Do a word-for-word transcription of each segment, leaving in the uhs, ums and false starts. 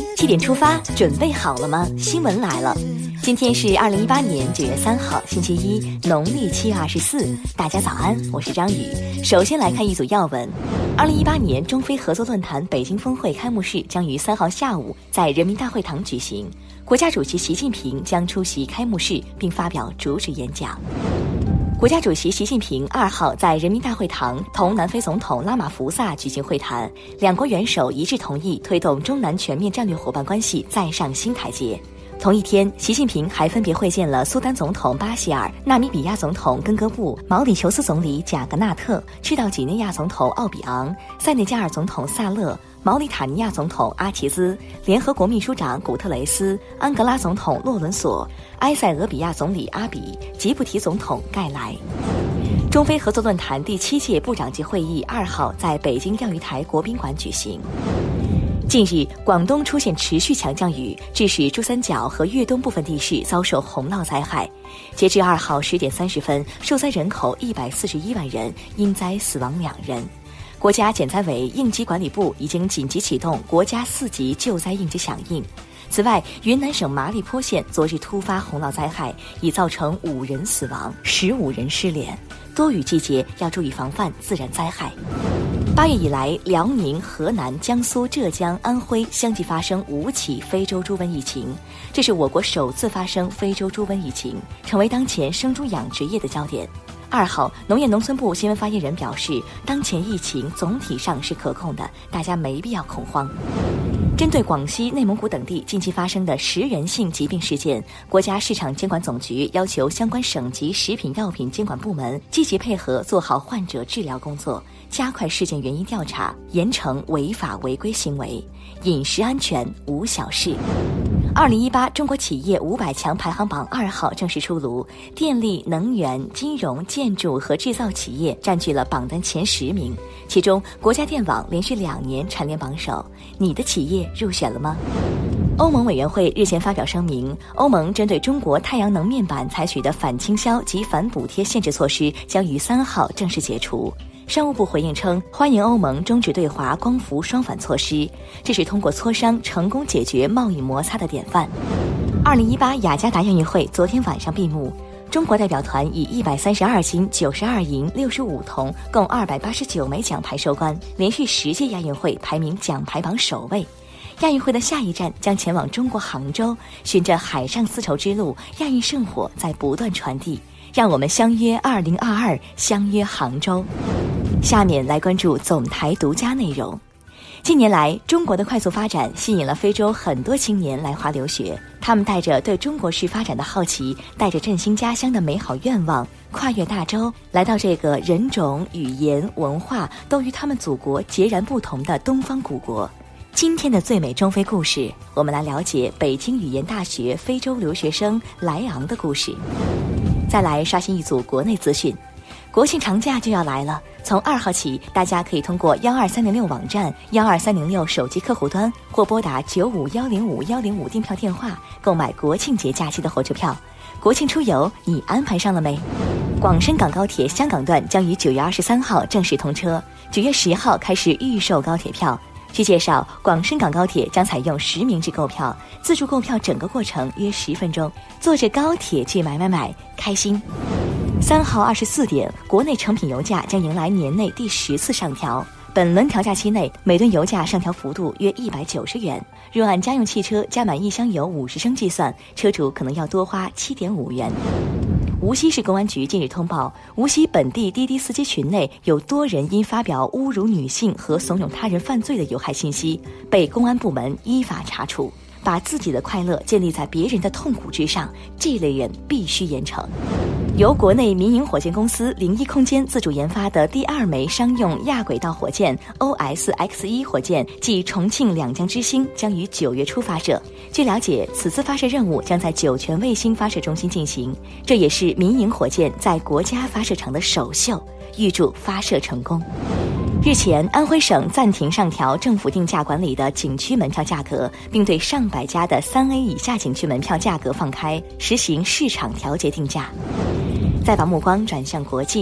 七点出发，准备好了吗？新闻来了。今天是二零一八年九月三号，星期一，农历七月二十四。大家早安，我是张宇。首先来看一组要闻。二零一八年中非合作论坛北京峰会开幕式将于三号下午在人民大会堂举行，国家主席习近平将出席开幕式并发表主旨演讲。国家主席习近平二号在人民大会堂同南非总统拉马福萨举行会谈，两国元首一致同意推动中南全面战略伙伴关系再上新台阶。同一天，习近平还分别会见了苏丹总统巴希尔、纳米比亚总统根格布、毛里求斯总理贾格纳特、赤道几内亚总统奥比昂、塞内加尔总统萨勒、毛里塔尼亚总统阿齐兹、联合国秘书长古特雷斯、安哥拉总统洛伦索、埃塞俄比亚总理阿比、吉布提总统盖莱。中非合作论坛第七届部长级会议二号在北京钓鱼台国宾馆举行。近日，广东出现持续强降雨，致使珠三角和粤东部分地势遭受洪涝灾害。截至二号十点三十分，受灾人口一百四十一万人，因灾死亡两人。国家减灾委应急管理部已经紧急启动国家四级救灾应急响应。此外，云南省麻栗坡县昨日突发洪涝灾害，已造成五人死亡，十五人失联。多雨季节要注意防范自然灾害。八月以来，辽宁、河南、江苏、浙江、安徽相继发生五起非洲猪瘟疫情，这是我国首次发生非洲猪瘟疫情，成为当前生猪养殖业的焦点。二号，农业农村部新闻发言人表示，当前疫情总体上是可控的，大家没必要恐慌。针对广西、内蒙古等地近期发生的食人性疾病事件，国家市场监管总局要求相关省级食品药品监管部门积极配合，做好患者治疗工作，加快事件原因调查，严惩违法违规行为。饮食安全无小事。二零一八中国企业五百强排行榜二号正式出炉，电力、能源、金融、建筑和制造企业占据了榜单前十名，其中国家电网连续两年蝉联榜首。你的企业入选了吗？欧盟委员会日前发表声明，欧盟针对中国太阳能面板采取的反倾销及反补贴限制措施将于三号正式解除。商务部回应称，欢迎欧盟终止对华光伏双反措施，这是通过磋商成功解决贸易摩擦的典范。二零一八雅加达亚运会昨天晚上闭幕，中国代表团以一百三十二金、九十二银、六十五铜，共二百八十九枚奖牌收官，连续十届亚运会排名奖牌榜首位。亚运会的下一站将前往中国杭州，循着海上丝绸之路，亚运圣火在不断传递，让我们相约二零二二，相约杭州。下面来关注总台独家内容。近年来，中国的快速发展吸引了非洲很多青年来华留学，他们带着对中国式发展的好奇，带着振兴家乡的美好愿望，跨越大洲，来到这个人种、语言、文化都与他们祖国截然不同的东方古国。今天的最美中非故事，我们来了解北京语言大学非洲留学生莱昂的故事。再来刷新一组国内资讯。国庆长假就要来了，从二号起，大家可以通过幺二三零六网站、幺二三零六手机客户端或拨打九五幺零五幺零五订票电话购买国庆节假期的火车票。国庆出游，你安排上了没？广深港高铁香港段将于九月二十三号正式通车，九月十号开始预售高铁票。据介绍，广深港高铁将采用实名制购票，自助购票整个过程约十分钟，坐着高铁去买买买，开心。三号二十四点，国内成品油价将迎来年内第十次上调。本轮调价期内，每吨油价上调幅度约一百九十元。若按家用汽车加满一箱油五十升计算，车主可能要多花七点五元。无锡市公安局近日通报，无锡本地滴滴司机群内有多人因发表侮辱女性和怂恿他人犯罪的有害信息，被公安部门依法查处。把自己的快乐建立在别人的痛苦之上，这类人必须严惩。由国内民营火箭公司零一空间自主研发的第二枚商用亚轨道火箭 O S X 一 火箭继重庆两江之星将于九月初发射。据了解，此次发射任务将在酒泉卫星发射中心进行，这也是民营火箭在国家发射场的首秀，预祝发射成功。日前，安徽省暂停上调政府定价管理的景区门票价格，并对上百家的三 A 以下景区门票价格放开，实行市场调节定价。再把目光转向国际，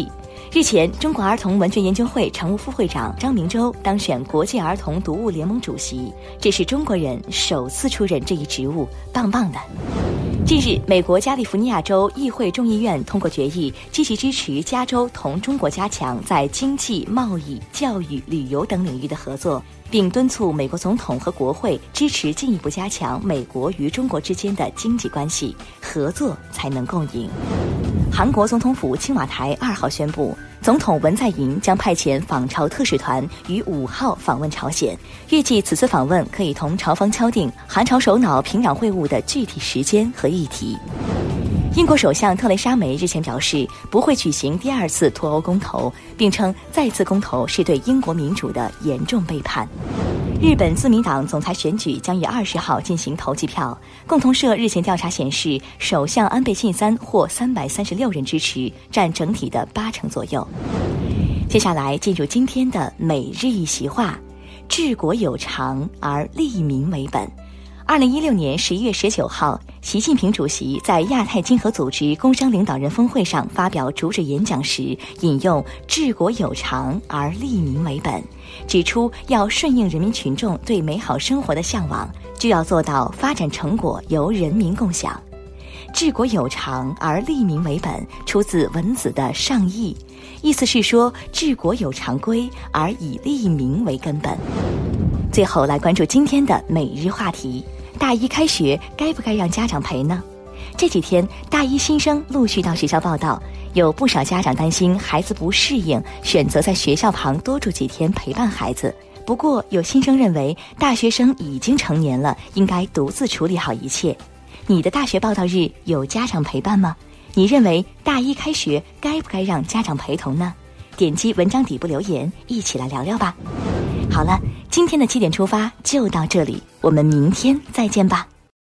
日前，中国儿童文学研究会常务副会长张明洲当选国际儿童读物联盟主席，这是中国人首次出任这一职务，棒棒的。近日，美国加利福尼亚州议会众议院通过决议，积极支持加州同中国加强在经济、贸易、教育、旅游等领域的合作，并敦促美国总统和国会支持进一步加强美国与中国之间的经济关系，合作才能共赢。韩国总统府青瓦台二号宣布，总统文在寅将派遣访朝特使团于五号访问朝鲜，预计此次访问可以同朝方敲定韩朝首脑平壤会晤的具体时间和议题。英国首相特蕾莎梅日前表示，不会举行第二次脱欧公投，并称再次公投是对英国民主的严重背叛。日本自民党总裁选举将于二十号进行投计票。共同社日前调查显示，首相安倍晋三获三百三十六人支持，占整体的八成左右。接下来进入今天的每日一席话：治国有常而利民为本。二零一六年十一月十九号，习近平主席在亚太经合组织工商领导人峰会上发表主旨演讲时，引用“治国有常而利民为本”，指出要顺应人民群众对美好生活的向往，就要做到发展成果由人民共享。治国有常而利民为本，出自文子的上义，意思是说治国有常规，而以利民为根本。最后来关注今天的每日话题：大一开学该不该让家长陪呢？这几天大一新生陆续到学校报到，有不少家长担心孩子不适应，选择在学校旁多住几天陪伴孩子。不过有新生认为大学生已经成年了，应该独自处理好一切。你的大学报到日有家长陪伴吗？你认为大一开学该不该让家长陪同呢？点击文章底部留言，一起来聊聊吧。好了，今天的七点出发就到这里，我们明天再见吧。